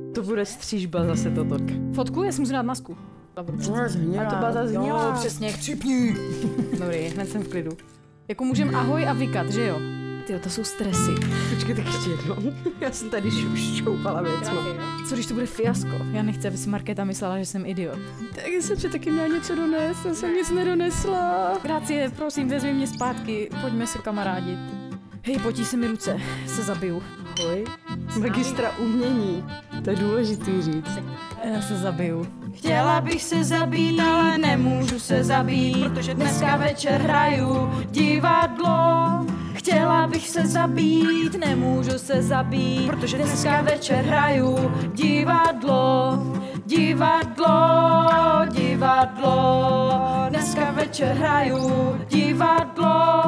To bude střížba zase toto. Fotku? Já si musím dát masku. A to byla ta zhnilá. Jo, přesně, křipni. Dobrý, hned jsem v klidu. Jako můžem ahoj a vykat, že jo? Tyjo, to jsou stresy. Počkej, tak ještě jednou. Já jsem tady šoupala věcma. Co když to bude fiasko? Já nechci, aby si Markéta myslela, že jsem idiot. Tak jsem si taky měla něco donést, já jsem nic nedonesla. Grácie, prosím, vezmi mě zpátky, pojďme se kamarádit. Hej, potí se mi ruce, se zabiju. Ahoj. Magistra umění, to je důležitý říct. Já se zabiju. Chtěla bych se zabít, ale nemůžu se zabít, protože dneska večer hraju divadlo. Chtěla bych se zabít, nemůžu se zabít, protože dneska večer hraju divadlo. Divadlo, divadlo, dneska večer hraju divadlo.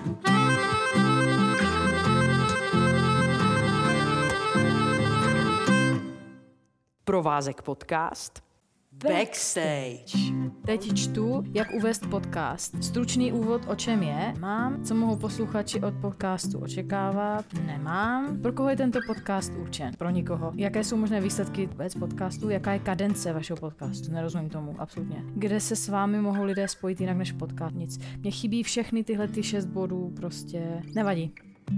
Provázek podcast. Backstage. Teď čtu, jak uvést podcast. Stručný úvod, o čem je. Mám, co mohou posluchači od podcastu očekávat. Nemám. Pro koho je tento podcast určen? Pro nikoho. Jaké jsou možné výsledky vůbec podcastu? Jaká je kadence vašeho podcastu? Nerozumím tomu, absolutně. Kde se s vámi mohou lidé spojit jinak než podcast? Nic. Mně chybí všechny tyhle 6 bodů, prostě nevadí.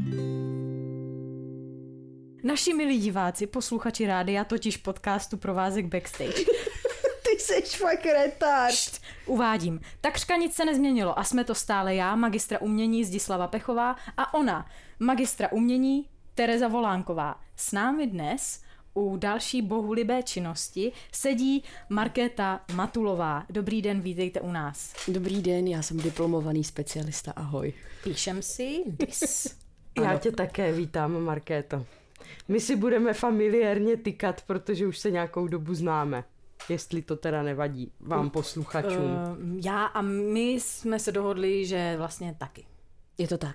Naši milí diváci, posluchači rádia, totiž podcastu Provázek Backstage. Ty seš fakt retard. Uvádím. Takřka nic se nezměnilo a jsme to stále já, magistra umění Zdislava Pechová a ona, magistra umění Tereza Volánková. S námi dnes u další bohulibé činnosti sedí Markéta Matulová. Dobrý den, vítejte u nás. Dobrý den, já jsem diplomovaný specialista, ahoj. Píšem si dis. Já tě také vítám, Markéto. My si budeme familiárně tykat, protože už se nějakou dobu známe. Jestli to teda nevadí vám posluchačům. Já a my jsme se dohodli, že vlastně taky. Je to tak.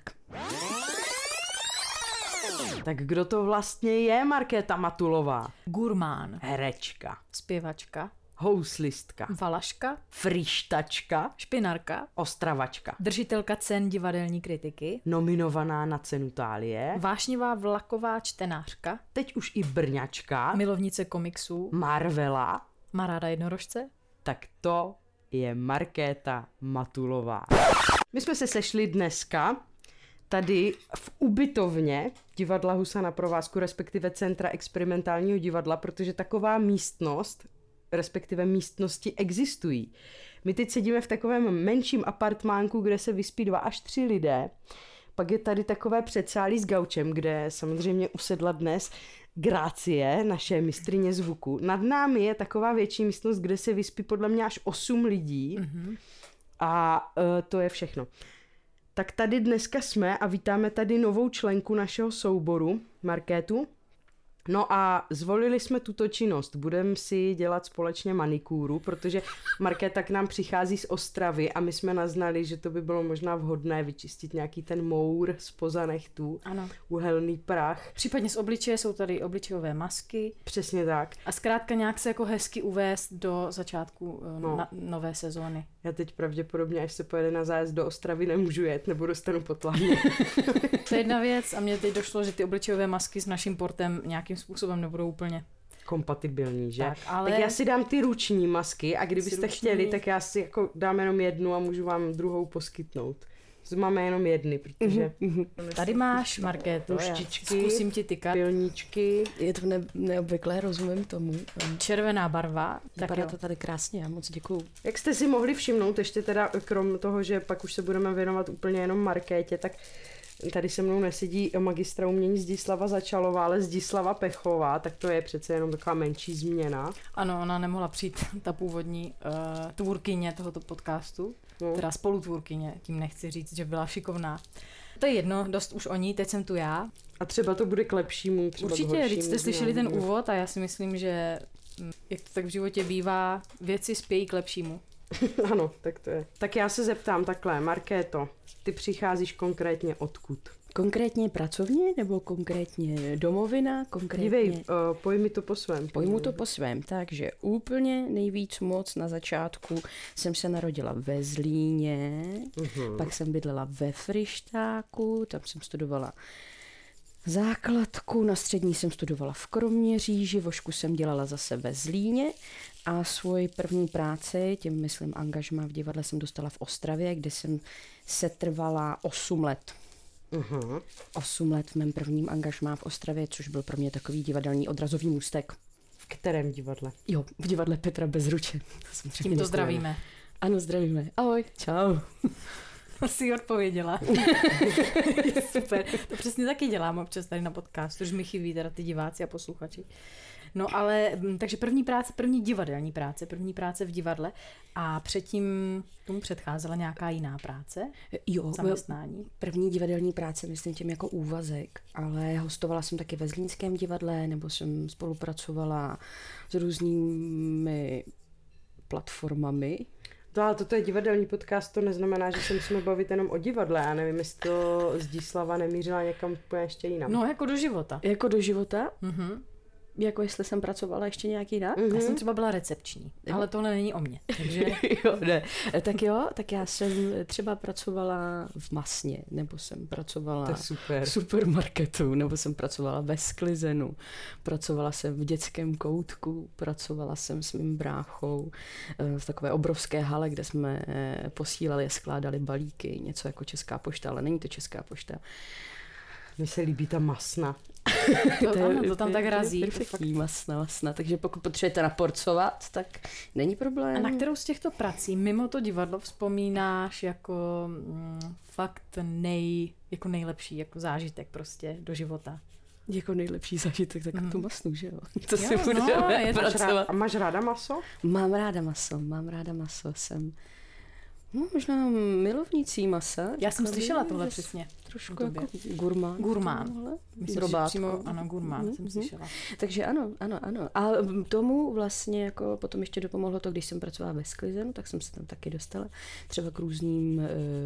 Tak kdo to vlastně je Markéta Matulová? Gurmán, Herečka, zpěvačka, houslistka, valaška, frištačka, špinarka, ostravačka, držitelka cen divadelní kritiky, nominovaná na cenu Thálie, vášnivá vlaková čtenářka, teď už i brňačka, milovnice komiksů, Marvela. má ráda jednorožce. Tak to je Markéta Matulová. My jsme se sešli dneska tady v ubytovně divadla Husa na provázku, respektive Centra experimentálního divadla, protože taková místnost, respektive místnosti existují. My teď sedíme v takovém menším apartmánku, kde se vyspí 2 až 3 lidé. Pak je tady takové předsálí s gaučem, kde samozřejmě usedla dnes Grácie, naše mistryně zvuku. Nad námi je taková větší místnost, kde se vyspí podle mě až 8 lidí. Mm-hmm. A to je všechno. Tak tady dneska jsme a vítáme tady novou členku našeho souboru, Markétu. No a zvolili jsme tuto činnost. Budeme si dělat společně manikúru, protože Markéta k nám přichází z Ostravy a my jsme naznali, že to by bylo možná vhodné vyčistit nějaký ten mour z pozanechtů, Ano. uhelný prach. Případně z obličeje jsou tady obličejové masky. Přesně tak. A zkrátka nějak se jako hezky uvést do začátku nové sezóny. Já teď pravděpodobně, až se pojede na zájezd do Ostravy, nemůžu jet, nebo dostanu potlahně. To je jedna věc a mně teď došlo, že ty obličejové masky s naším portem nějakým způsobem nebudou úplně kompatibilní, že? Tak já si dám ty ruční masky a kdybyste chtěli, tak já si jako dám jenom jednu a můžu vám druhou poskytnout. Máme jenom jedny, protože... Tady máš, Markéto, zkusím ti tykat. Pilníčky. Je to neobvyklé, rozumím tomu. Červená barva. Vypadá to tady krásně, já moc děkuju. Jak jste si mohli všimnout, ještě teda krom toho, že pak už se budeme věnovat úplně jenom Markétě, tak tady se mnou nesedí magistra umění Zdislava Začalová, ale Zdislava Pechová, tak to je přece jenom taková menší změna. Ano, ona nemohla přijít, ta původní tvůrkyně tohoto podcastu, teda spolutvůrkyně, tím nechci říct, že byla šikovná. To je jedno, dost už o ní, teď jsem tu já. A třeba to bude k lepšímu, třeba určitě, k horšímu. Určitě, jste slyšeli ten úvod a já si myslím, že jak to tak v životě bývá, věci spějí k lepšímu. Ano, tak to je. Tak já se zeptám takhle, Markéto, ty přicházíš konkrétně odkud? Konkrétně pracovně nebo konkrétně domovina? Konkrétně... Dívej, pojmi to po svém. Pojmu to po svém, takže úplně nejvíc moc na začátku jsem se narodila ve Zlíně, pak jsem bydlela ve Frištáku, tam jsem studovala Základku na střední jsem studovala v Kroměříži, živošku jsem dělala zase ve Zlíně a svoji první práci, tím myslím angažmá v divadle, jsem dostala v Ostravě, kde jsem setrvala 8 let. 8 let v mém prvním angažmá v Ostravě, což byl pro mě takový divadelní odrazový můstek. V kterém divadle? Jo, v divadle Petra Bezruče. Tímto zdravíme. Ano, zdravíme. Ahoj, čau. Jsi odpověděla. Super. To přesně taky dělám občas tady na podcastu, že mi chybí teda ty diváci a posluchači. No ale, takže první divadelní práce, první práce v divadle a předtím tomu předcházela nějaká jiná práce? Jo, zaměstnání. První divadelní práce, myslím tím jako úvazek, ale hostovala jsem taky ve Zlínském divadle, nebo jsem spolupracovala s různými platformami. Ale toto je divadelní podcast, to neznamená, že se musíme bavit jenom o divadle. Já nevím, jestli to Zdislava nemířila někam úplně ještě jinam. No, jako do života. Jako do života? Jako jestli jsem pracovala ještě nějak jinak? Já jsem třeba byla recepční, ale tohle není o mně. Takže... jo, ne. Tak já jsem třeba pracovala v masně, nebo jsem pracovala v supermarketu, nebo jsem pracovala ve sklizenu, pracovala jsem v dětském koutku, pracovala jsem s mým bráchou v takové obrovské hale, kde jsme posílali a skládali balíky, něco jako Česká pošta, ale není to Česká pošta. Mně se líbí ta masna. To tam tak razí. Perfektní masna. Takže pokud potřebujete naporcovat, tak není problém. A na kterou z těchto prací mimo to divadlo vzpomínáš jako fakt jako nejlepší jako zážitek prostě do života? Jako nejlepší zážitek, tak tu masnu, že jo? To jo, si budeme pracovat. A máš ráda maso? Mám ráda maso. Jsem možná milovnící masa. Já jsem slyšela tohle přesně. Trošku jako gurmán. Gurmán. Myslím, že přímo, ano, gurmán jsem slyšela. Takže ano. A tomu vlastně jako potom ještě dopomohlo to, když jsem pracovala ve sklizenu, tak jsem se tam taky dostala třeba k různým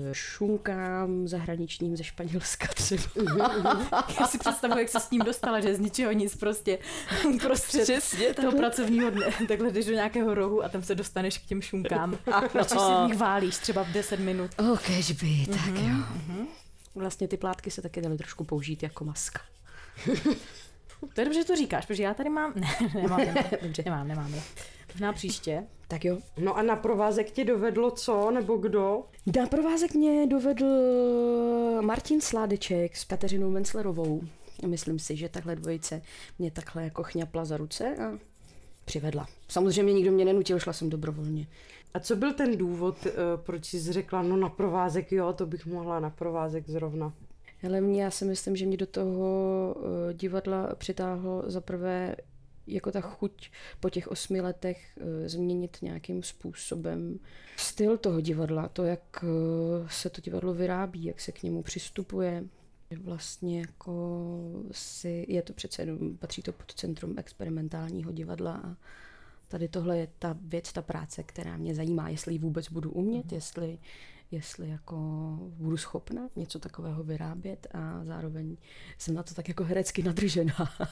šunkám zahraničním ze Španělska třeba. Já si představuji, jak se s tím dostala, že z ničeho nic prostě prostřed toho pracovního dne. Takhle jdeš do nějakého rohu a tam se dostaneš k těm šunkám. Načež se v nich válíš třeba v 10 minut. Kežby, tak jo. Vlastně ty plátky se taky daly trošku použít jako maska. To je dobře, že to říkáš, protože já tady mám... Nemám. Možná příště. Tak jo. No a na provázek tě dovedlo co, nebo kdo? Na provázek mě dovedl Martin Sládeček s Kateřinou Menclerovou. Myslím si, že takhle dvojice mě takhle jako chňapla za ruce a přivedla. Samozřejmě nikdo mě nenutil, šla jsem dobrovolně. A co byl ten důvod, proč jsi řekla, no na provázek, jo, to bych mohla na provázek zrovna? Hele, já si myslím, že mě do toho divadla přitáhlo zaprvé jako ta chuť po těch 8 letech změnit nějakým způsobem styl toho divadla, to, jak se to divadlo vyrábí, jak se k němu přistupuje. Vlastně jako je to přece jenom, patří to pod centrum experimentálního divadla a tady tohle je ta věc, ta práce, která mě zajímá, jestli ji vůbec budu umět, jestli jako budu schopna něco takového vyrábět a zároveň jsem na to tak jako herecky nadržená.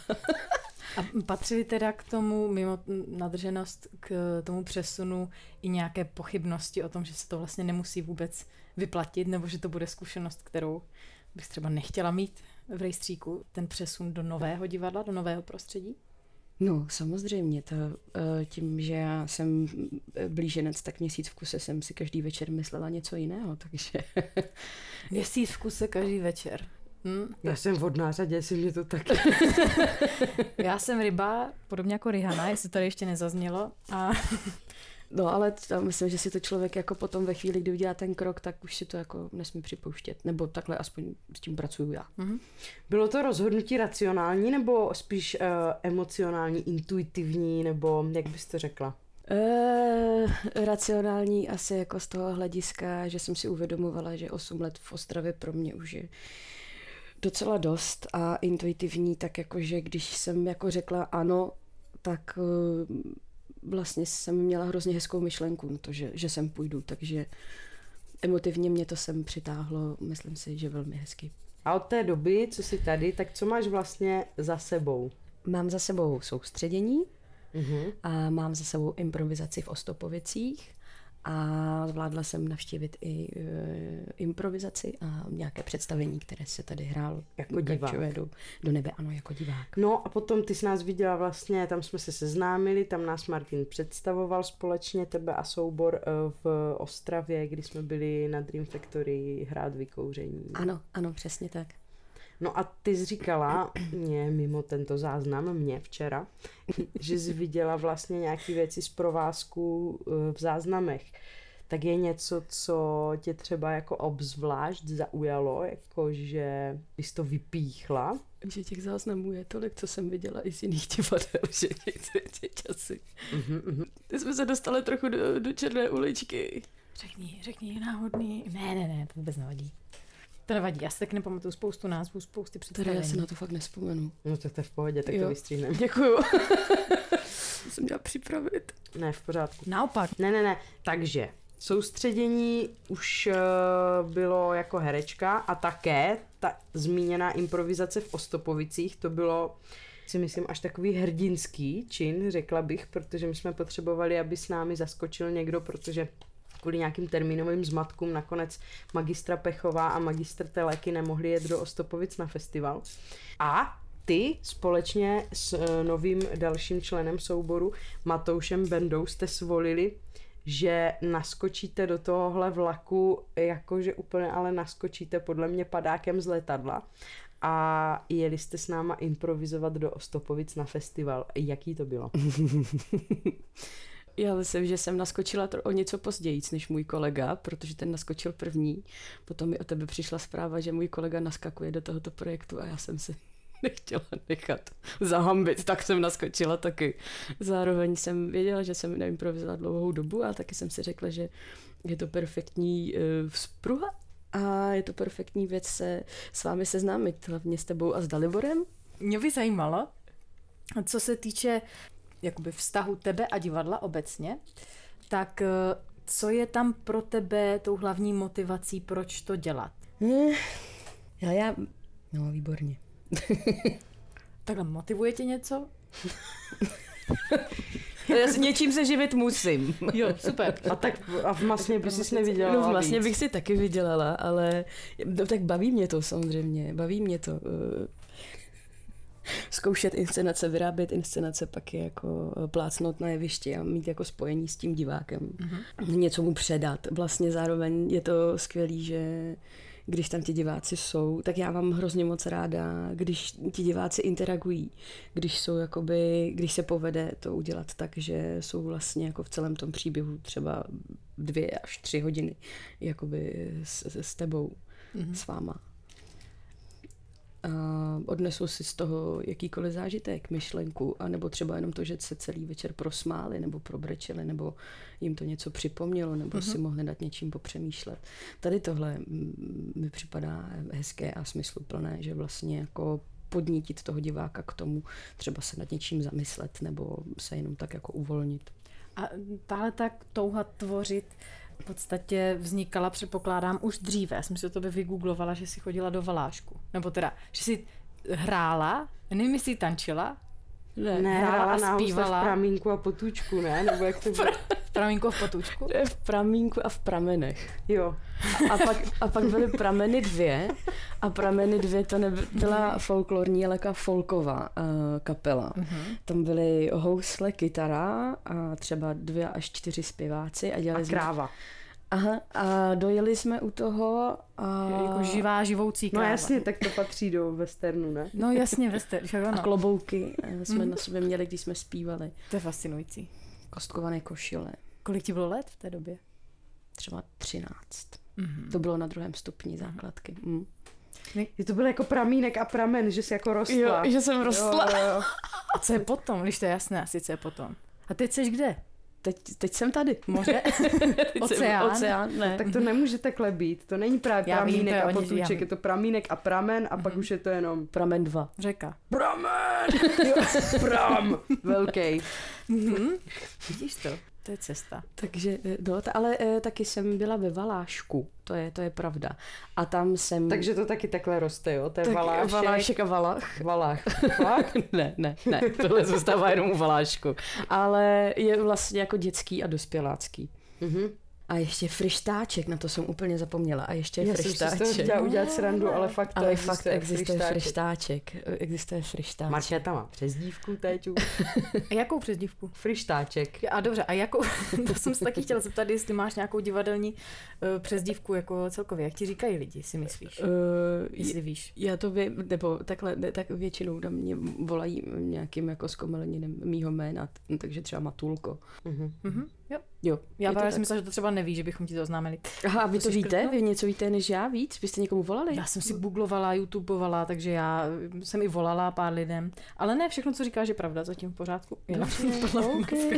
A patří teda k tomu, mimo nadrženost, k tomu přesunu i nějaké pochybnosti o tom, že se to vlastně nemusí vůbec vyplatit, nebo že to bude zkušenost, kterou bych třeba nechtěla mít v rejstříku, ten přesun do nového divadla, do nového prostředí? No, samozřejmě. Tím, že já jsem blíženec, tak měsíc v kuse jsem si každý večer myslela něco jiného, takže... Měsíc v kuse každý večer. Já jsem vodnář, děsí mě to taky. Já jsem ryba, podobně jako Rihanna, jestli to tady ještě nezaznělo. A... No, ale myslím, že si to člověk jako potom ve chvíli, kdy udělá ten krok, tak už si to jako nesmí připouštět. Nebo takhle aspoň s tím pracuju já. Bylo to rozhodnutí racionální, nebo spíš emocionální, intuitivní, nebo jak bys to řekla? Racionální asi jako z toho hlediska, že jsem si uvědomovala, že 8 let v Ostravě pro mě už je docela dost a intuitivní, tak jakože když jsem jako řekla ano, tak vlastně jsem měla hrozně hezkou myšlenku na to, že sem půjdu, takže emotivně mě to sem přitáhlo, myslím si, že velmi hezky. A od té doby, co jsi tady, tak co máš vlastně za sebou? Mám za sebou soustředění a mám za sebou improvizaci v Ostopovicích A zvládla jsem navštívit i improvizaci a nějaké představení, které se tady hrálo. Jako divák. Do nebe, ano, jako divák. No a potom ty jsi nás viděla vlastně, tam jsme se seznámili, tam nás Martin představoval společně, tebe a soubor v Ostravě, kdy jsme byli na Dream Factory hrát vykouření. Ano, přesně tak. No a ty jsi říkala mě mimo tento záznam, mě včera, že jsi viděla vlastně nějaké věci z provázku v záznamech. Tak je něco, co tě třeba jako obzvlášť zaujalo, jakože bys to vypíchla? Že těch záznamů je tolik, co jsem viděla i z jiných divadel, že ty časy. Ty jsme se dostali trochu do černé uličky. Řekni náhodný. Ne, to vůbec nevadí. To nevadí, já si tak nepamatuju spoustu názvů, spousty představení. Tady já si na to fakt nespomenu. No tak to je v pohodě, tak to vystříhneme. Děkuju. Musím měla připravit. Ne, v pořádku. Naopak. Ne. Takže soustředění už bylo jako herečka a také ta zmíněná improvizace v Ostopovicích, to bylo, si myslím, až takový hrdinský čin, řekla bych, protože my jsme potřebovali, aby s námi zaskočil někdo, protože kvůli nějakým termínovým zmatkům nakonec magistra Pechová a magistr Teleky nemohli jet do Ostopovic na festival. A ty společně s novým dalším členem souboru Matoušem Bendou jste svolili, že naskočíte do tohohle vlaku, jakože úplně ale naskočíte podle mě padákem z letadla a jeli jste s náma improvizovat do Ostopovic na festival. Jaký to bylo? Já myslím, že jsem naskočila o něco později než můj kolega, protože ten naskočil první. Potom mi od tebe přišla zpráva, že můj kolega naskakuje do tohoto projektu a já jsem se nechtěla nechat zahambit, tak jsem naskočila taky. Zároveň jsem věděla, že jsem neimprovizovala dlouhou dobu a taky jsem si řekla, že je to perfektní vzpruha a je to perfektní věc se s vámi seznámit, hlavně s tebou a s Daliborem. Mě by zajímalo, co se týče jakoby vztahu tebe a divadla obecně, tak co je tam pro tebe tou hlavní motivací, proč to dělat? No, výborně. Takhle motivuje tě něco? Já s něčím se živit musím. Jo, super. A v masně bys si nevydělala. No vlastně bych si taky vydělala, ale tak baví mě to samozřejmě, baví mě to. Zkoušet inscenace, vyrábět inscenace, pak je jako plácnout na jevišti a mít jako spojení s tím divákem. Něco mu předat. Vlastně zároveň je to skvělý, že když tam ti diváci jsou, tak já mám hrozně moc ráda, když ti diváci interagují, když se povede to udělat tak, že jsou vlastně jako v celém tom příběhu třeba 2 až 3 hodiny jakoby s tebou, s váma. A odnesou si z toho jakýkoliv zážitek, myšlenku, anebo třeba jenom to, že se celý večer prosmáli, nebo probrečeli, nebo jim to něco připomnělo, nebo si mohli nad něčím popřemýšlet. Tady tohle mi připadá hezké a smysluplné, že vlastně jako podnítit toho diváka k tomu, třeba se nad něčím zamyslet, nebo se jenom tak jako uvolnit. A tahle tak touha tvořit v podstatě vznikala, předpokládám, už dříve. Já jsem si o tobě vygooglovala, že jsi chodila do Valášku. Nebo teda, že jsi hrála, nevím, jestli jsi tančila. Ne, hrála a zpívala. V pramínku a potůčku, ne? Nebo jak to bylo? V pramínku a v potůčku? V pramínku a v pramenech. Jo. A pak byly Prameny 2 a Prameny 2 to nebyla folklorní, ale folková kapela. Tam byly housle, kytara a třeba 2 až 4 zpěváci a dělali kráva. Aha, a dojeli jsme u toho a... Jako živá, živoucí kráva. No jasně, tak to patří do westernu, ne? No jasně, western. A klobouky jsme na sobě měli, když jsme zpívali. To je fascinující. Kostkované košile. Kolik ti bylo let v té době? Třeba 13. To bylo na 2. stupni základky. To bylo jako pramínek a pramen, že jsi jako rostla. Jo, že jsem rostla. Jo. A co je potom? Když to je jasné, asi co je potom. A teď jsi kde? Teď jsem tady. Moře? Oceán, ne. Tak to nemůže takhle být. To není právě pramínek a potůček, je to pramínek a pramen a pak už je to jenom... Pramen 2. Řeka. Pramen! Pram! Velký. Vidíš to? To je cesta. Takže, no, ale taky jsem byla ve Valášku, to je pravda. A tam jsem... Takže to taky takhle roste, jo? To je Valášek a Valach. Valach. Fakt? ne, tohle zůstává jenom u Valášku. Ale je vlastně jako dětský a dospělácký. A ještě frištáček, na to jsem úplně zapomněla. A ještě frištáček. Já jsem si chtěla udělat srandu, ale fakt to existuje frištáček. Existuje frištáček. Markéta má přezdívku teď. A jakou přezdívku? Frištáček. A dobře, a jakou, to jsem se taky chtěla zeptat, jestli máš nějakou divadelní přezdívku jako celkově. Jak ti říkají lidi, si myslíš? Jestli víš. Já to vím, nebo takhle, tak většinou na mě volají nějakým jako zkomeleninem mýho jména, takže třeba Matulko. Jo. Já právě si myslela, že to třeba neví, že bychom ti to oznámili. Aha, a vy to víte? Vy něco víte než já víc? Vy jste někomu volali? Já jsem si googlovala, youtubovala, takže já jsem i volala pár lidem. Ale ne všechno, co říkáš, je pravda, zatím v pořádku. Okay.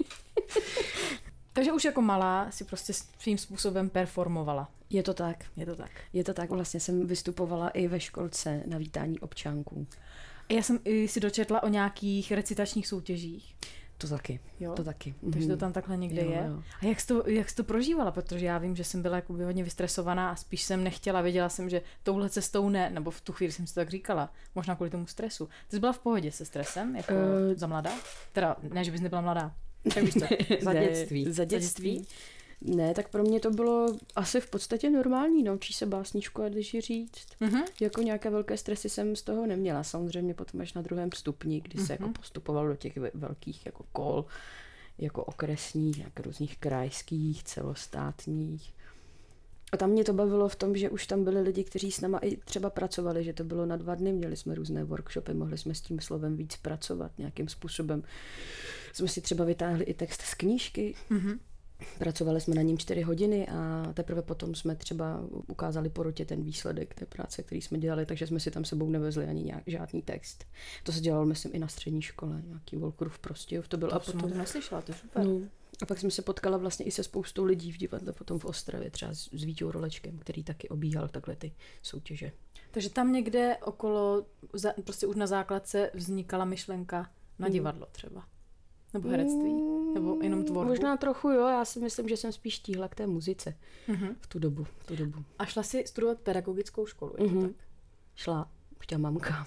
Takže už jako malá si prostě svým způsobem performovala. Je to tak. Je to tak. Vlastně jsem vystupovala i ve školce na vítání občánků. A já jsem i si dočetla o nějakých recitačních soutěžích. To taky. Jo. To taky. Takže to tam takhle někde je. Jo. A jak jsi to prožívala? Protože já vím, že jsem byla jakoby hodně vystresovaná a spíš jsem nechtěla, věděla jsem, že touhle cestou ne, nebo v tu chvíli jsem si to tak říkala, možná kvůli tomu stresu. Ty jsi byla v pohodě se stresem, jako za mladá? Teda ne, že bys nebyla mladá. Tak víš co? Za dětství. Ne, tak pro mě to bylo asi v podstatě normální, naučí se básničku a jdeš ji říct. Jako nějaké velké stresy jsem z toho neměla. Samozřejmě potom až na 2. stupni, kdy se jako postupovalo do těch velkých jako kol, jako okresních, jak různých krajských, celostátních. A tam mě to bavilo v tom, že už tam byli lidi, kteří s náma i třeba pracovali, že to bylo na 2 dny, měli jsme různé workshopy, mohli jsme s tím slovem víc pracovat nějakým způsobem. Jsme si třeba vytáhli i text z knížky, pracovali jsme na něm 4 hodiny a teprve potom jsme třeba ukázali porotě ten výsledek té práce, který jsme dělali, takže jsme si tam sebou nevezli ani žádný text. To se dělalo, myslím, i na střední škole, nějaký Volkrův Prostějov to byl. To a potom jsem neslyšela, to je super. No, a pak jsem se potkala vlastně i se spoustou lidí v divadle, potom v Ostravě, třeba s Víťou Rolečkem, který taky obíhal takhle ty soutěže. Takže tam někde okolo, prostě už na základce vznikala myšlenka na divadlo třeba. Nebo herectví, nebo jenom tvorbu. Možná trochu jo, já si myslím, že jsem spíš tíhla k té muzice v tu dobu. A šla si studovat pedagogickou školu, je to tak? Šla, chtěla mamka.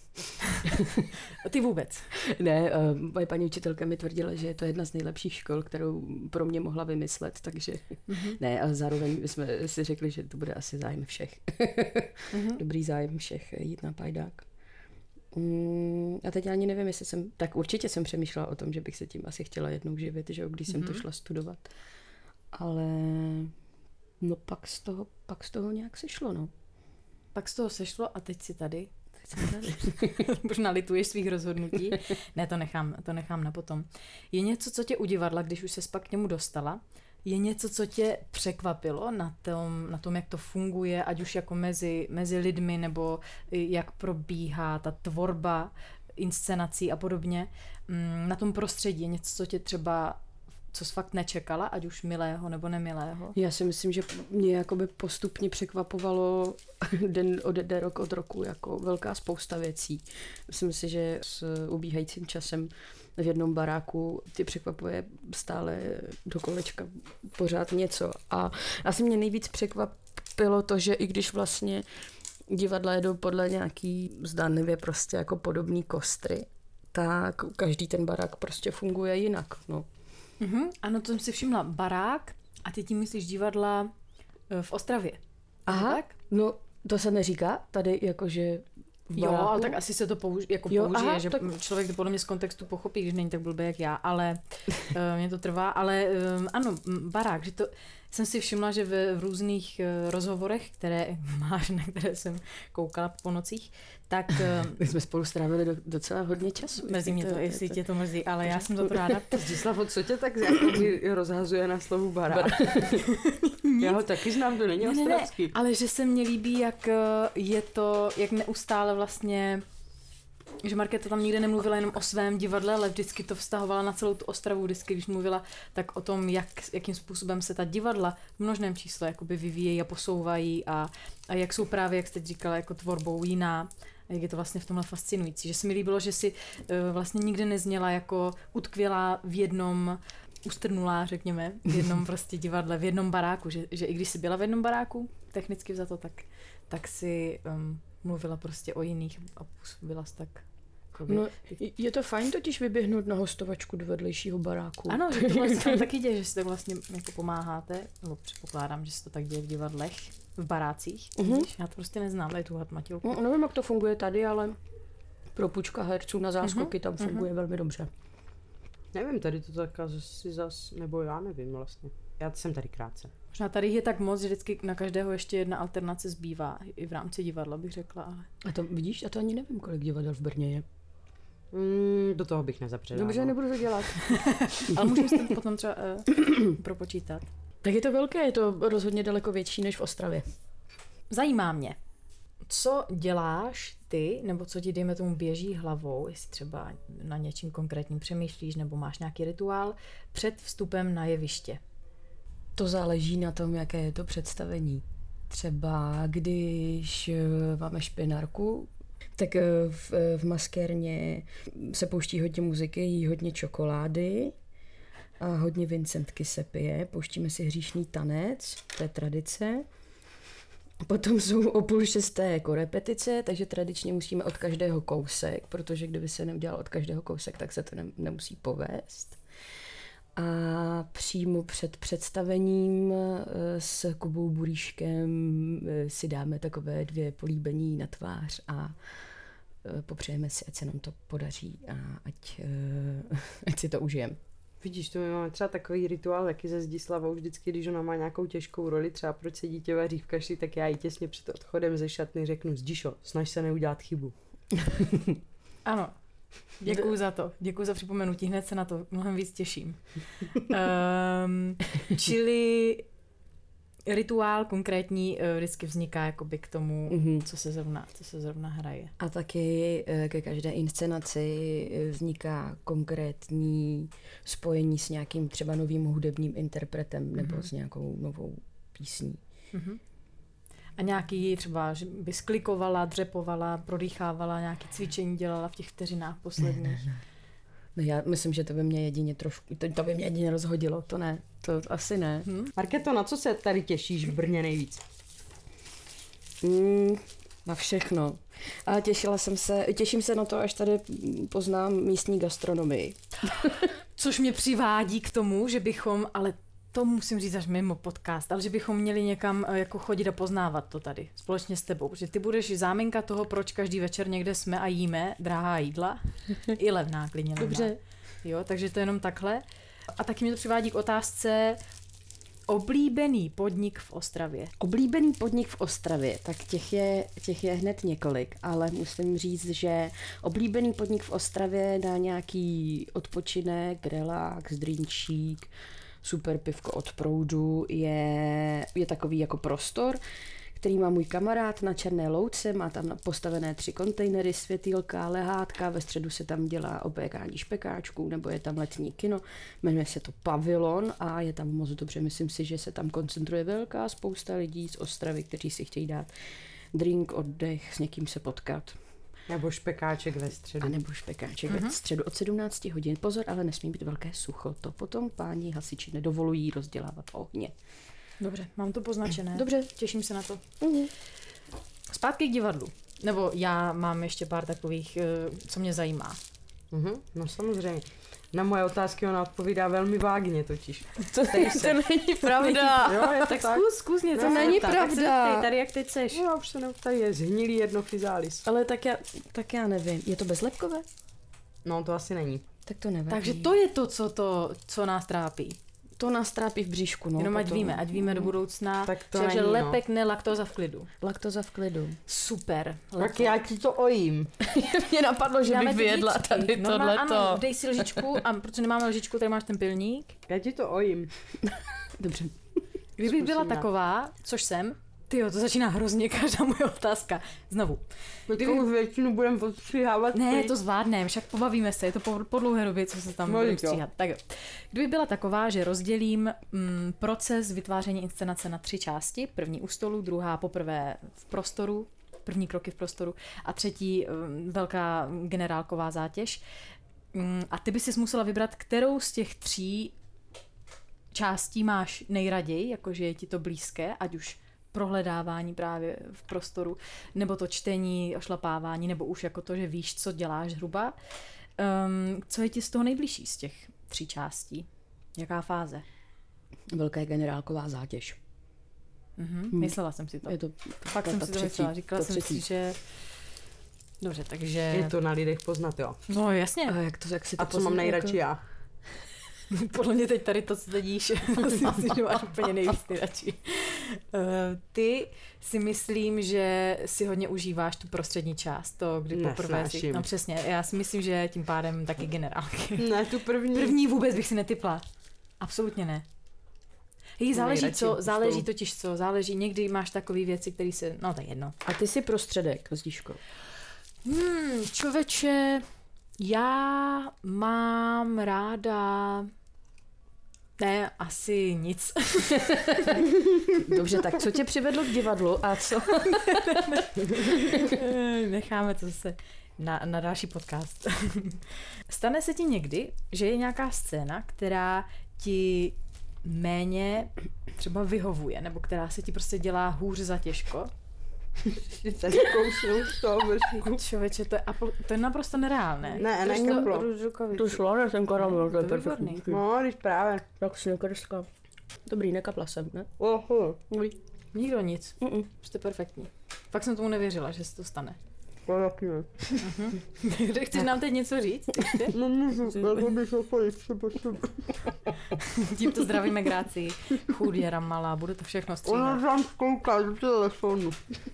Ty vůbec? Ne, moje paní učitelka mi tvrdila, že je to jedna z nejlepších škol, kterou pro mě mohla vymyslet, takže ne, ale zároveň jsme si řekli, že to bude asi zájem všech. Dobrý zájem všech jít na pajdák. A teď ani nevím, jestli tak určitě jsem přemýšlela o tom, že bych se tím asi chtěla jednou živit, že když jsem to šla studovat. Ale no pak z toho nějak sešlo, no. Pak z toho sešlo a teď si tady. Možná lituješ svých rozhodnutí. Ne, to nechám na potom. Je něco, co tě u divadla, když už ses pak k němu dostala, je něco, co tě překvapilo na tom, jak to funguje, ať už jako mezi lidmi, nebo jak probíhá ta tvorba inscenací a podobně. Na tom prostředí je něco, co tě třeba, co jsi fakt nečekala, ať už milého nebo nemilého? Já si myslím, že mě jakoby postupně překvapovalo rok od roku jako velká spousta věcí. Myslím si, že s ubíhajícím časem v jednom baráku ty překvapuje stále do kolečka pořád něco. A asi mě nejvíc překvapilo to, že i když vlastně divadla jedou podle nějaký zdánlivě prostě jako podobný kostry, tak každý ten barák prostě funguje jinak. No. Ano, to jsem si všimla. Barák a ty tím myslíš divadla v Ostravě. Aha, tak? No to se neříká tady jakože jo, ale tak asi se to použije, aha, že tak člověk to podle mě z kontextu pochopí, když není tak blbý jak já, ale mě to trvá, ale ano, barák, že to jsem si všimla, že v různých rozhovorech, které máš, na které jsem koukala po nocích, tak... My jsme spolu strávili docela hodně času. Mrzí mě to, jestli tě to mrzí, ale já jsem za to ráda. Zdislavo, co tě tak rozhazuje na slovu barák? Já ho taky znám, to není ostravský. Ale že se mně líbí, jak je to, jak neustále vlastně, že Markéta tam nikde nemluvila jenom o svém divadle, ale vždycky to vztahovala na celou tu Ostravu, vždycky, když mluvila tak o tom, jakým způsobem se ta divadla v množném čísle jakoby vyvíjejí a posouvají a jak jsou právě, jak jste teď říkala, jako tvorbou jiná. A jak je to vlastně v tomhle fascinující. Že se mi líbilo, že si vlastně nikdy nezněla jako utkvělá v jednom, ustrnulá, řekněme, v jednom prostě divadle, v jednom baráku. Že i když jsi byla v jednom baráku, technicky vzato, tak si mluvila prostě o jiných a působila jsi tak No, je to fajn totiž vyběhnout na hostovačku do vedlejšího baráku. Ano, že to vlastně taky děje, že si tak vlastně jako pomáháte, nebo předpokládám, že se to tak děje v divadlech, v barácích. Víš? Já to prostě neznám, tady tu Matilku. No, nevím, jak to funguje tady, ale propůjčka herců na záskoky tam funguje velmi dobře. Nevím, tady to tak asi zas, nebo já nevím vlastně. Já jsem tady krátce. Možná tady je tak moc, že vždycky na každého ještě jedna alternace zbývá, i v rámci divadla bych řekla, ale... A to vidíš, a to ani nevím, kolik divadel v Brně je. Do toho bych nezapředával. Dobře, nebudu to dělat. Ale můžeme si to potom třeba propočítat. Tak je to velké, je to rozhodně daleko větší než v Ostravě. Zajímá mě, co děláš ty, nebo co ti, dejme tomu, běží hlavou, jestli třeba na něčím konkrétním přemýšlíš, nebo máš nějaký rituál před vstupem na jeviště. To záleží na tom, jaké je to představení. Třeba když máme špinárku, tak v maskérně se pouští hodně muziky, jí hodně čokolády a hodně Vincentky se pije. Pouštíme si hříšný tanec, to je tradice. Potom jsou o 5:30 korepetice, takže tradičně musíme od každého kousek, protože kdyby se neudělal od každého kousek, tak se to nemusí povést. A přímo před představením s Kubou Buríškem si dáme takové 2 políbení na tvář a popřejeme si, ať se nám to podaří a ať si to užijeme. Vidíš, to my máme třeba takový rituál taky se Zdislavou, vždycky, když ona má nějakou těžkou roli, třeba proč se dítě vaří v kaši, tak já jí těsně před odchodem ze šatny řeknu: Zdišo, snaž se neudělat chybu. Ano, děkuju za to, děkuju za připomenutí, hned se na to mnohem víc těším. Čili rituál konkrétní vždycky vzniká jakoby k tomu, co se zrovna hraje. A taky ke každé inscenaci vzniká konkrétní spojení s nějakým třeba novým hudebním interpretem nebo s nějakou novou písní. A nějaký třeba, že by sklikovala, dřepovala, prodýchávala, nějaké cvičení dělala v těch vteřinách posledních? No já myslím, že to by mě jedině trošku, to by mě jedině rozhodilo, to ne, to asi ne. Markéto, na co se tady těšíš v Brně nejvíc? Na všechno. A těším se na to, až tady poznám místní gastronomii. Což mě přivádí k tomu, že bychom, ale to musím říct až mimo podcast, ale že bychom měli někam jako chodit a poznávat to tady společně s tebou, protože ty budeš záminka toho, proč každý večer někde jsme a jíme drahá jídla, i levná, klidně levná. Dobře. Jo, takže to je jenom takhle. A taky mě to přivádí k otázce oblíbený podnik v Ostravě. Oblíbený podnik v Ostravě, tak těch je hned několik, ale musím říct, že oblíbený podnik v Ostravě dá nějaký odpočinek, relax, drinčík, super pivko od proudu, je takový jako prostor, který má můj kamarád na Černé Louce, má tam postavené 3 kontejnery, světýlka, lehátka, ve středu se tam dělá opékání špekáčků, nebo je tam letní kino, jmenuje se to Pavilon a je tam moc dobře, myslím si, že se tam koncentruje velká spousta lidí z Ostravy, kteří si chtějí dát drink, oddech, s někým se potkat. Nebo špekáček ve středu. A nebo špekáček ve středu od 17 hodin. Pozor, ale nesmí být velké sucho. To potom páni hasiči nedovolují rozdělávat ohně. Dobře, mám to poznačené. Dobře. Těším se na to. Zpátky k divadlu. Nebo já mám ještě pár takových, co mě zajímá. No samozřejmě. Na moje otázky ona odpovídá velmi vágně totiž. To není pravda. Jo, je Tak tak. zkus něco. To není zeptat. Tak se pravda. zeptej tady, jak teď seš. Já už se neuptají, je zhnilý jednochyzális. Ale tak já nevím. Je to bezlepkové? No to asi není. Tak to nevím. Takže to je to, co nás trápí. To nás trápí v bříšku. No, Jenom potom. ať víme do budoucna. Tak to Takže není, no. lepek, ne laktóza v klidu. Laktoza v klidu. Super. Tak já ti to ojím. Mě napadlo, že Dáme bych ty vyjedla vícky. tady tohleto. Ano, dej si lžičku, a protože nemáme lžičku, tady máš ten pilník. Já ti to ojím. Dobře. Kdybych byla Zkusím já. taková, což jsem, tyjo, to začíná hrozně každá moje otázka. Znovu. Takovou většinu budeme podstříhávat. Ne, to zvládneme, však pobavíme se, je to po dlouhé době, co se tam No, budeme jo. stříhat. Tak jo. Kdyby byla taková, že rozdělím proces vytváření inscenace na 3 části, první u stolu, druhá poprvé v prostoru, první kroky v prostoru a třetí velká generálková zátěž. A ty by si musela vybrat, kterou z těch 3 částí máš nejraději, jakože je ti to blízké, ať už prohledávání právě v prostoru, nebo to čtení, ošlapávání, nebo už jako to, že víš, co děláš hruba. Co je ti z toho nejbližší z těch 3 částí? Jaká fáze? Velká generálková zátěž. Myslela jsem si to. Je to Fakt jsem si to myslela. Říkala jsem si, že... Dobře, takže... Je to na lidech poznat, jo. No jasně. A jak si to A co mám nejradši já? Podle mě teď tady to, co sedíš, myslím si, že máš úplně nejvíc nejradši. Ty si myslím, že si hodně užíváš tu prostřední část, to, kdy poprvé si... No přesně, já si myslím, že tím pádem taky generálky. Ne, tu první. První vůbec bych si netypla. Absolutně ne. Záleží totiž co, záleží, někdy máš takové věci, které se, no to je jedno. A ty si prostředek, Zdíško. Člověče, já mám ráda... Ne, asi nic. Dobře, tak co tě přivedlo k divadlu a co? Necháme to zase na další podcast. Stane se ti někdy, že je nějaká scéna, která ti méně třeba vyhovuje, nebo která se ti prostě dělá hůř za těžko? Člověče, to je naprosto nereálné. Ne, nekaplo. To šlo, ne, ten karamel, to je perfektní. No, když právě. Tak si nekadeská. Dobrý, nekapla jsem, ne? Nikdo nic. Jste perfektní. Fakt jsem tomu nevěřila, že se to stane. Chceš nám teď něco říct? Tímto zdravíme Grácii. Chuděra malá, bude to všechno stříhat. Ona tam kouká do telefonu.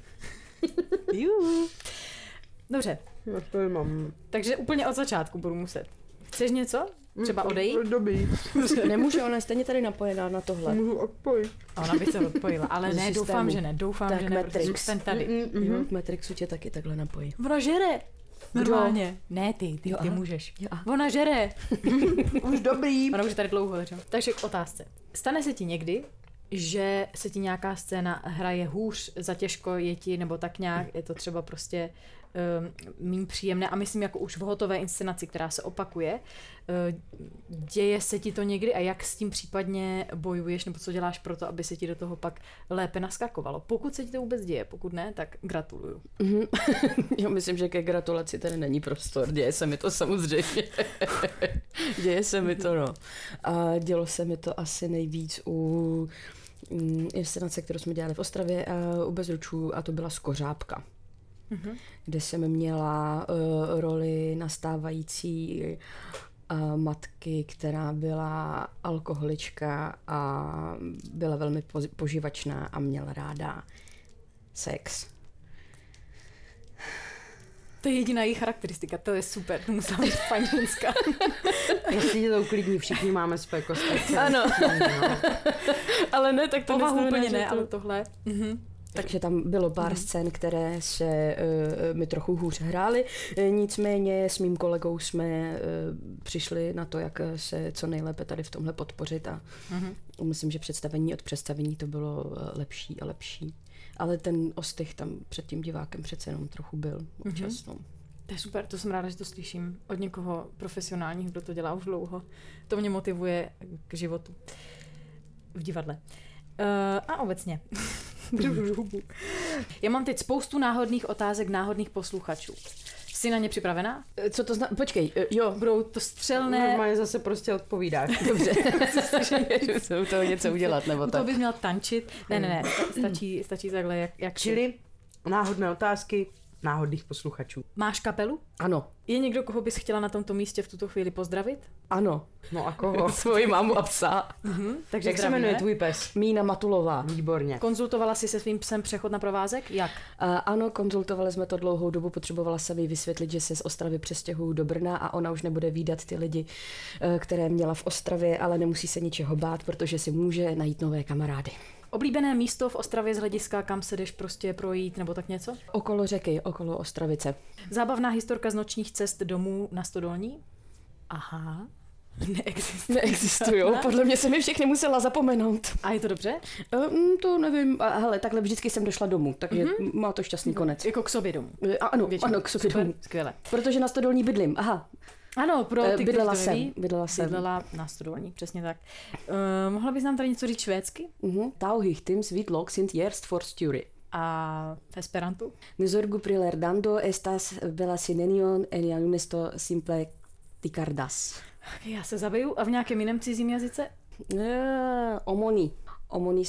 Dobře. Já to mám. Takže úplně od začátku budu muset. Chceš něco? Třeba odejít? Dobrý. Nemůže, ona je stejně tady napojená na tohle. Můžu odpojit. Ona by se odpojila, ale ne, doufám, že ne. Doufám, tak že ne, Matrix. protože zůstaň tady. Jo, v Matrixu tě taky takhle napojí. Ona žere. Normálně. Ne, ty můžeš. Jo, Ona žere. Už dobrý. Ona už je tady dlouho, že? Takže k otázce. Stane se ti někdy, že se ti nějaká scéna hraje hůř, za těžko je ti, nebo tak nějak, je to třeba prostě méně příjemné a myslím jako už v hotové inscenaci, která se opakuje. Děje se ti to někdy a jak s tím případně bojuješ, nebo co děláš pro to, aby se ti do toho pak lépe naskakovalo? Pokud se ti to vůbec děje, pokud ne, tak gratuluju. Já myslím, že ke gratulaci tady není prostor. Děje se mi to samozřejmě. Děje se mi to, no. A dělo se mi to asi nejvíc u inscenace, kterou jsme dělali v Ostravě a u Bezručů, a to byla Skořápka. Kde jsem měla roli nastávající matky, která byla alkoholička a byla velmi poživačná a měla ráda sex. To je jediná její charakteristika, to je super, to musela být fajn ženská. Jestli tě to uklidní, všichni máme své kostce. Ano. Ale ne, tak to povahu úplně ne, ale tohle. Takže tam bylo pár scén, které se mi trochu hůř hrály, nicméně s mým kolegou jsme přišli na to, jak se co nejlépe tady v tomhle podpořit a myslím, že představení od představení to bylo lepší a lepší. Ale ten ostych tam před tím divákem přece jenom trochu byl občas. No. To je super, to jsem ráda, že to slyším od někoho profesionálního, kdo to dělá už dlouho. To mě motivuje k životu v divadle. A obecně. Já mám teď spoustu náhodných otázek náhodných posluchačů. Jsi na ně připravená? Co to znamená? Počkej, jo. Budou to střelné... Normálně zase prostě odpovídáš. Dobře. Musím toho něco udělat, nebo tak. To bys měl tančit. Ne. Stačí takhle, jak... Čili náhodné otázky náhodných posluchačů. Máš kapelu? Ano. Je někdo, koho bys chtěla na tomto místě v tuto chvíli pozdravit? Ano. No a koho? Svoji mámu a psa. Takže jak se jmenuje tvůj pes? Mína Matulová. Výborně. Konzultovala jsi se svým psem přechod na provázek? Jak? Ano, konzultovali jsme to dlouhou dobu, potřebovala se jí vysvětlit, že se z Ostravy přestěhují do Brna a ona už nebude vídat ty lidi, které měla v Ostravě, ale nemusí se ničeho bát, protože si může najít nové kamarády. Oblíbené místo v Ostravě z hlediska, kam se jdeš prostě projít nebo tak něco? Okolo řeky, okolo Ostravice. Zábavná historka z nočních cest domů na Stodolní? Aha. Neexistují. Podle mě jsem je všechny musela zapomenout. A je to dobře? To nevím. Hele, takhle vždycky jsem došla domů, takže má to šťastný konec. Jako k sobě domů. Ano, k sobě domů. Skvěle. Protože na Stodolní bydlím. Aha. Ano, pro ty, kteří to neví. Bydlela na studování, přesně tak. Mohla bys nám tady něco říct švédsky? Tauhihtims vidlok sind järst forstjury. A v esperantu? Nezorgu prilerdando estas velas nenion en unesto simple tikardas. Já se zabiju. A v nějakém jiném cizím jazyce? Omoni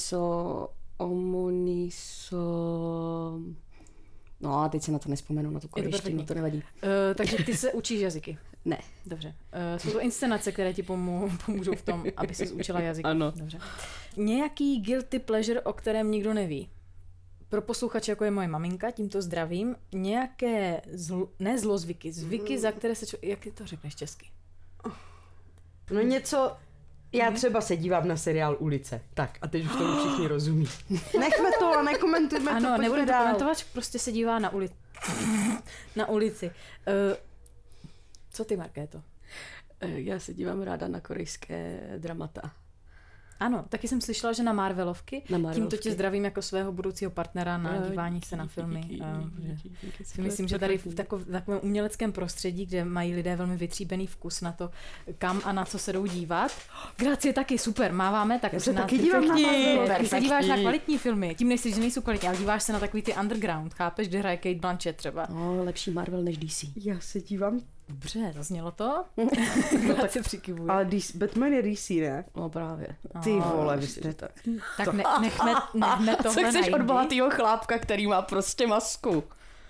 so... No a teď se na to nespomenu, na tu korejštinu, to nevadí. Takže ty se učíš jazyky? Ne. Dobře. Jsou to inscenace, které ti pomůžou v tom, aby se učila jazyk. Ano. Dobře. Nějaký guilty pleasure, o kterém nikdo neví? Pro posluchače, jako je moje maminka, tímto zdravím, nějaké zvyky, za které se jak ty to řekneš česky? No něco... Já třeba se dívám na seriál Ulice. Tak, a teď už tomu všichni rozumí. Nechme to a nekomentujme to. Ano, nebudeme to dál. komentovat, prostě se dívá na ulici. Co ty, Markéto? Já se dívám ráda na korejské dramata. Ano, taky jsem slyšela, že na Marvelovky. Tímto tě zdravím jako svého budoucího partnera na dívání se na filmy. Myslím, že tady v takovém uměleckém prostředí, kde mají lidé velmi vytříbený vkus na to, kam a na co se jdou dívat. Gracie taky, super, máváme, tak se taky dívám na Ty se díváš na kvalitní filmy, tím nejsi, že nejsou kvalitní, ale díváš se na takový ty underground, chápeš, kde hraje Kate Blanchett třeba. No, lepší Marvel než DC. Já se dívám. Dobře, zaznělo to? Tak se přikivuje. Ale Batman je DC, ne? No právě. Ty vole, vy jste tak. Tak nechme tohle Co chceš od bohatýho chlápka, který má prostě masku?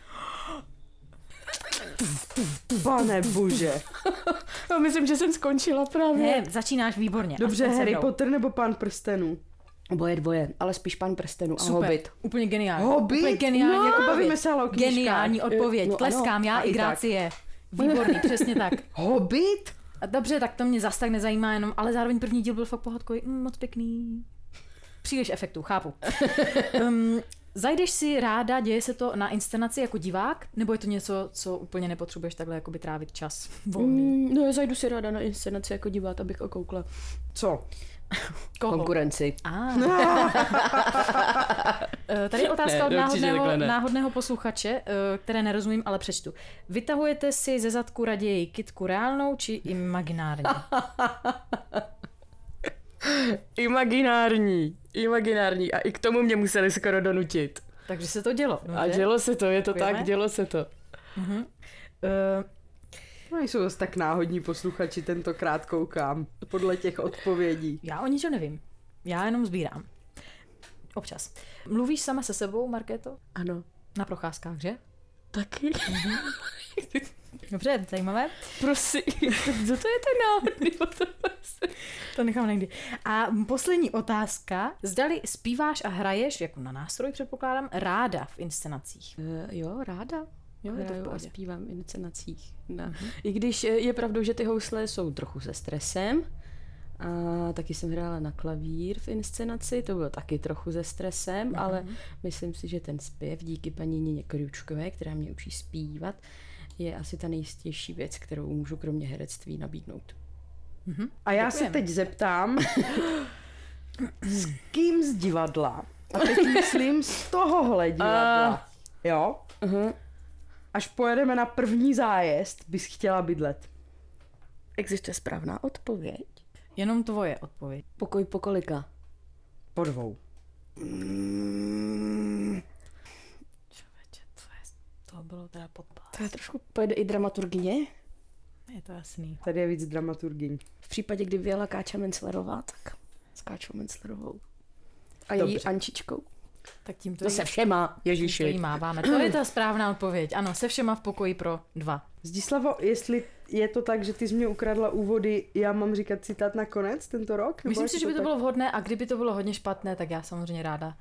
Pane bože. No, myslím, že jsem skončila právě. Ne, začínáš výborně. Dobře, Harry Potter nebo Pán prstenů? Dvoje, ale spíš Pán prstenů a super. Hobbit. Úplně geniální. Hobbit? Úplně geniální. No, bavíme se ale o knížkách. Geniální odpověď. No, Tleskám já i Grácie. Výborný, přesně tak. Hobbit? A dobře, tak to mě zas tak nezajímá jenom, ale zároveň první díl byl fakt pohodkový. Moc pěkný. Příliš efektů, chápu. Zajdeš si ráda, děje se to na inscenaci jako divák, nebo je to něco, co úplně nepotřebuješ takhle jakoby trávit čas volný? No, já zajdu si ráda na inscenaci jako divák, abych okoukla. Co? Konkurenci. Tady je otázka od náhodného posluchače, které nerozumím, ale přečtu. Vytahujete si ze zadku raději kytku reálnou či imaginární? Imaginární. A i k tomu mě museli skoro donutit. Takže se to dělo. A dělo se to, je to tak, dělo se to. Nejsou zase tak náhodní posluchači, tentokrát koukám podle těch odpovědí. Já o ničem nevím. Já jenom sbírám. Občas. Mluvíš sama se sebou, Markéto? Ano. Na procházkách, že? Taky. Dobře, zajímavé. Prosím, co to je tak náhodný? To nechám někdy. A poslední otázka. Zdali zpíváš a hraješ, jako na nástroj předpokládám, ráda v inscenacích? Jo, ráda. Jo, hraju a zpívám v inscenacích. I když je pravdou, že ty housle jsou trochu se stresem. A taky jsem hrála na klavír v inscenaci, to bylo taky trochu se stresem, ale myslím si, že ten zpěv díky paní Nině Kručkové, která mě učí zpívat, je asi ta nejistější věc, kterou můžu kromě herectví nabídnout. A já se teď zeptám, s kým z divadla? A teď myslím z tohohle divadla. Jo? Až pojedeme na první zájezd, bys chtěla bydlet. Existuje správná odpověď? Jenom tvoje odpověď. Pokoj po kolika? Po 2. Člověče, to bylo teda podpás. To je trošku, pojede i dramaturgyně? Je to jasný. Tady je víc dramaturgyň. V případě, kdy vyjela Káča Menclerová, tak s Káčou Menclerovou. A její Ančičkou. Tak tímto To se všema, Ježíši. To jí máváme. To je ta správná odpověď. Ano, se všema v pokoji pro 2. Zdislavo, jestli je to tak, že ty jsi mě ukradla úvody, já mám říkat citát na konec tento rok? Myslím si, že by to bylo vhodné a kdyby to bylo hodně špatné, tak já samozřejmě ráda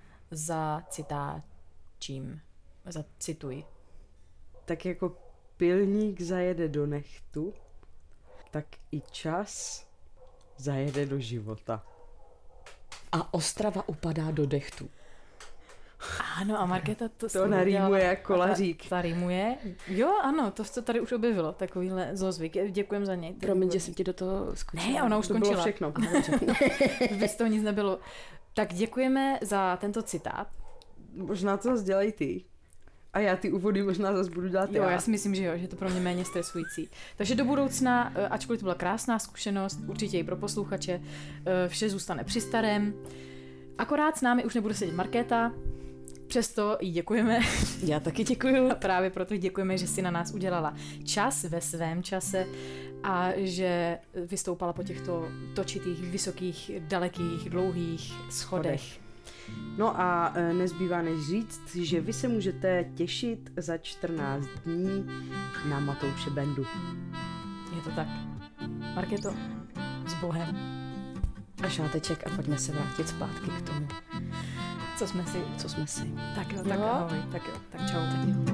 zacituji. Tak jako pilník zajede do nechtu, tak i čas zajede do života. A Ostrava upadá do dechtu. Ano, a Markéta to narýmuje jak Kolařík. Ta rýmuje. Jo, ano, to se tady už objevilo, takovýhle zlozvyk. Děkujem za něj. Promiň, že jsem ti do toho skočila. Ne, ona už skončila. To bylo všechno. Bez toho nic nebylo. Tak děkujeme za tento citát. Možná to dělej ty. A já ty úvody možná zase budu dělat Já si myslím, že jo, že je to pro mě méně stresující. Takže do budoucna, ačkoliv to byla krásná zkušenost, určitě i pro posluchače, vše zůstane při starém. Akorát s námi už nebude sedět Markéta, přesto jí děkujeme. Já taky děkuju. A právě proto děkujeme, že si na nás udělala čas ve svém čase a že vystoupala po těchto točitých, vysokých, dalekých, dlouhých schodech. No a nezbývá než říct, že vy se můžete těšit za 14 dní na Matouše Bendu. Je to tak. Markéto, s Bohem. A šáteček a pojďme se vrátit zpátky k tomu, Co jsme si. Tak jo, tak ahoj. Tak jo, tak čau. Tak jo.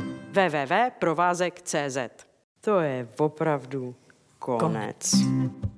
www.provázek.cz. To je opravdu konec.